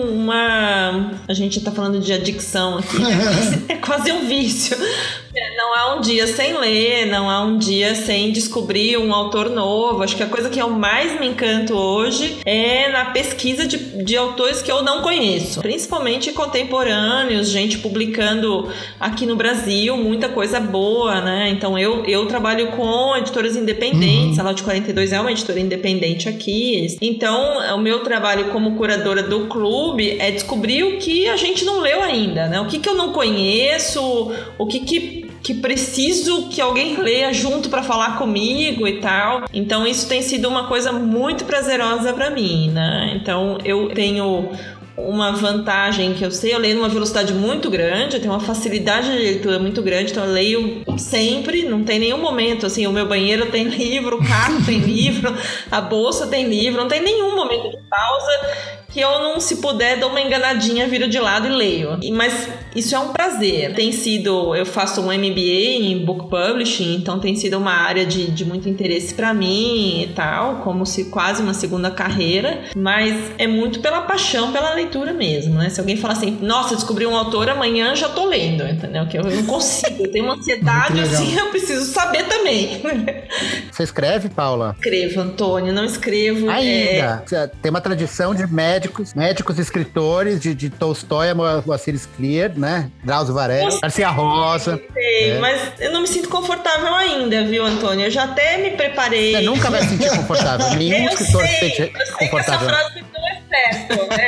a gente tá falando de adicção aqui, né? É quase um vício. Não há um dia sem ler, não há um dia sem descobrir um autor novo. Acho que a coisa que eu mais me encanto hoje é na pesquisa de autores que eu não conheço, principalmente contemporâneos, gente publicando aqui no Brasil, muita coisa boa, né? Então eu trabalho com editoras independentes, a Lote 42 é uma editora independente aqui. Então o meu trabalho como curadora do clube é descobrir o que a gente não leu ainda, né? O que eu não conheço, o que preciso que alguém leia junto para falar comigo e tal. Então isso tem sido uma coisa muito prazerosa para mim, né? Então eu tenho uma vantagem que eu leio numa velocidade muito grande, eu tenho uma facilidade de leitura muito grande, então eu leio sempre, não tem nenhum momento, assim, o meu banheiro tem livro, o carro tem livro, a bolsa tem livro, não tem nenhum momento de pausa que eu não, se puder, dou uma enganadinha, viro de lado e leio. Mas isso é um prazer. Eu faço um MBA em Book Publishing, então tem sido uma área de muito interesse pra mim e tal, como se quase uma segunda carreira, mas é muito pela paixão pela leitura mesmo, né? Se alguém falar assim, nossa, descobri um autor, amanhã já tô lendo, entendeu? Que eu não consigo, eu tenho uma ansiedade assim, eu preciso saber também. Você escreve, Paula? Escrevo, Antônio, não escrevo. Ainda. Tem uma tradição de médicos escritores de Tolstói, Moacir Scliar, né? Drauzio Varela, Garcia Rosa. Sei, mas eu não me sinto confortável ainda, viu, Antônio? Eu já até me preparei. Você nunca vai se sentir confortável. Nenhum escritor se sente confortável. Essa frase não é certo, né?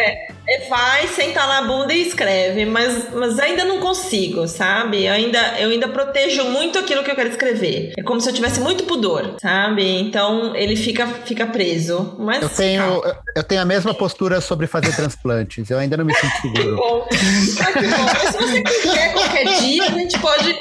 vai, senta na bunda e escreve, mas ainda não consigo, sabe? Eu ainda protejo muito aquilo que eu quero escrever. É como se eu tivesse muito pudor, sabe? Então ele fica preso. Mas eu tenho a mesma postura sobre fazer transplantes. Eu ainda não me sinto seguro. Bom. Mas se você quiser qualquer dia, a gente pode,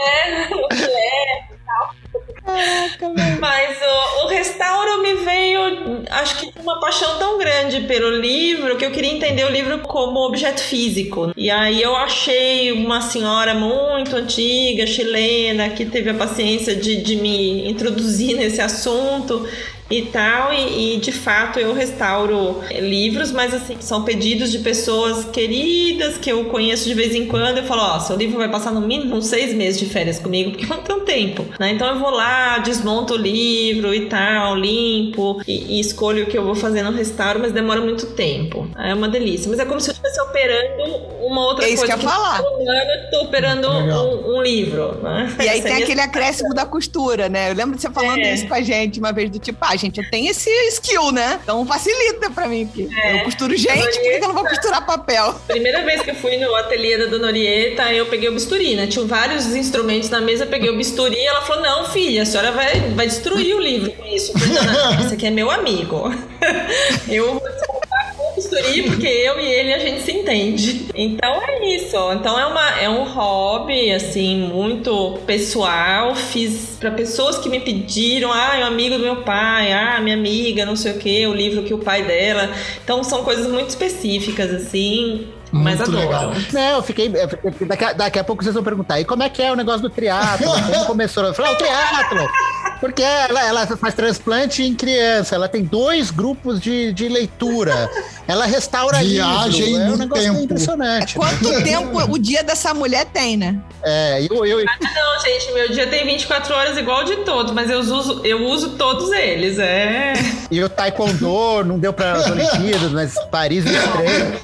Mas o restauro me veio, acho que uma paixão tão grande pelo livro que eu queria entender o livro como objeto físico. E aí eu achei uma senhora muito antiga, chilena, que teve a paciência de me introduzir nesse assunto e tal, e de fato eu restauro livros, mas assim, são pedidos de pessoas queridas que eu conheço de vez em quando. Eu falo, seu livro vai passar no mínimo uns 6 meses de férias comigo, porque eu não tenho tempo, né? Então eu vou lá, desmonto o livro e tal, limpo e escolho o que eu vou fazer no restauro, mas demora muito tempo. É uma delícia, mas é como se eu estivesse operando uma outra coisa. É isso que eu ia falar. Eu tô operando um livro, né? E aí tem aquele acréscimo da costura, né? Eu lembro de você falando isso com a gente uma vez, do tipo, gente, eu tenho esse skill, né? Então facilita pra mim. Porque eu costuro gente, por que eu não vou costurar papel? Primeira vez que eu fui no ateliê da Dona Orieta, eu peguei o bisturi, né? Tinham vários instrumentos na mesa, eu peguei o bisturi e ela falou, não, filha, a senhora vai destruir o livro com isso. Eu falei, não, esse aqui é meu amigo. Eu vou desmontar com o bisturi, porque eu e ele, a gente se entende. Então é isso. Então é um hobby, assim, muito pessoal. Fiz pra pessoas que me pediram, é um amigo do meu pai, minha amiga, não sei o que, o livro que o pai dela. Então são coisas muito específicas, assim. Mas muito adoro. Legal. Não, eu fiquei. Daqui a pouco vocês vão perguntar, e como é que é o negócio do triatlo? Como começou? Eu falei, o triatlo! Porque ela faz transplante em criança, ela tem 2 grupos de leitura, ela restaura Viagem livro. É um no negócio tempo. impressionante. Quanto tempo o dia dessa mulher tem, né? Não, gente, meu dia tem 24 horas igual de todos, mas eu uso todos eles, E o taekwondo não deu para as Olimpíadas, mas Paris me estreia.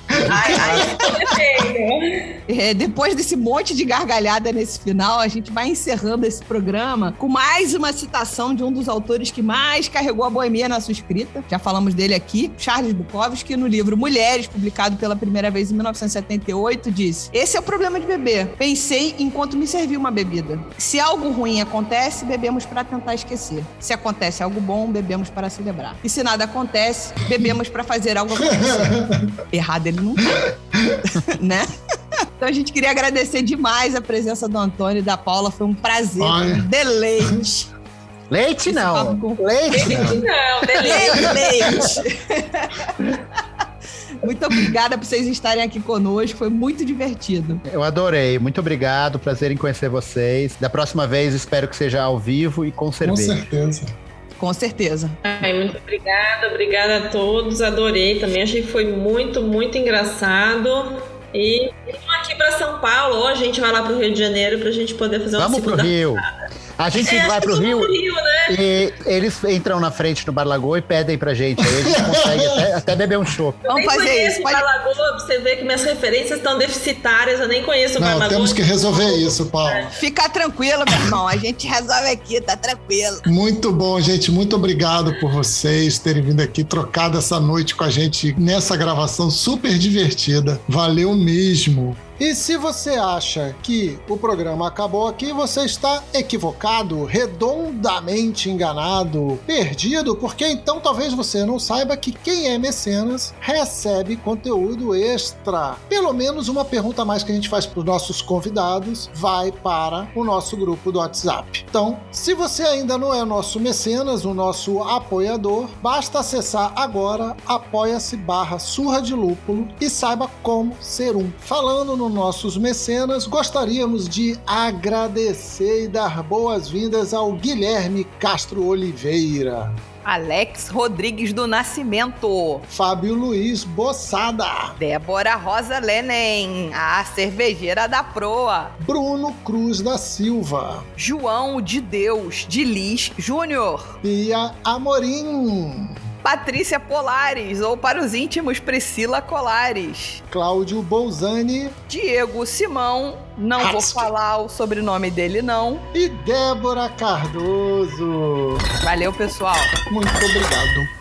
Depois desse monte de gargalhada nesse final, a gente vai encerrando esse programa com mais uma citação de um dos autores que mais carregou a boemia na sua escrita. Já falamos dele aqui, Charles Bukowski, no livro Mulheres, publicado pela primeira vez em 1978, disse: esse é o problema de beber. Pensei enquanto me serviu uma bebida. Se algo ruim acontece, bebemos para tentar esquecer. Se acontece algo bom, bebemos para celebrar. E se nada acontece, bebemos para fazer algo acontecer. Errado ele não tá. Né? Então a gente queria agradecer demais a presença do Antônio e da Paula. Foi um prazer, um deleite. Leite não. Leite não. Leite. Muito obrigada por vocês estarem aqui conosco, foi muito divertido. Eu adorei, muito obrigado, prazer em conhecer vocês. Da próxima vez espero que seja ao vivo e com cerveja. Com certeza. Com certeza. Muito obrigada a todos, adorei também, achei que foi muito, muito engraçado. E vamos aqui para São Paulo, ou a gente vai lá pro Rio de Janeiro pra gente poder fazer uma segunda. Vamos pro Rio. A gente vai pro Rio, né? E eles entram na frente no Bar Lagoa e pedem pra gente. Aí a gente consegue até beber um chopp. Vamos fazer isso. Bar Lagoa, você vê que minhas referências estão deficitárias, eu nem conheço o Bar Lagoa. Temos que resolver isso, Paulo. Fica tranquilo, meu irmão, a gente resolve aqui, tá tranquilo. Muito bom, gente, muito obrigado por vocês terem vindo aqui, trocado essa noite com a gente nessa gravação super divertida. Valeu mesmo. E se você acha que o programa acabou aqui, você está equivocado, redondamente enganado, perdido, porque então talvez você não saiba que quem é mecenas recebe conteúdo extra. Pelo menos uma pergunta a mais que a gente faz para os nossos convidados vai para o nosso grupo do WhatsApp. Então, se você ainda não é nosso mecenas, o nosso apoiador, basta acessar agora apoia-se/Surra de Lúpulo e saiba como ser um. Falando no nossos mecenas, gostaríamos de agradecer e dar boas-vindas ao Guilherme Castro Oliveira, Alex Rodrigues do Nascimento, Fábio Luiz Bossada, Débora Rosa Lenem, a cervejeira da proa, Bruno Cruz da Silva, João de Deus de Lis Júnior, Pia Amorim, Patrícia Polares, ou para os íntimos, Priscila Colares, Cláudio Bolzani, Diego Simão, não vou falar o sobrenome dele não, e Débora Cardoso. Valeu, pessoal. Muito obrigado.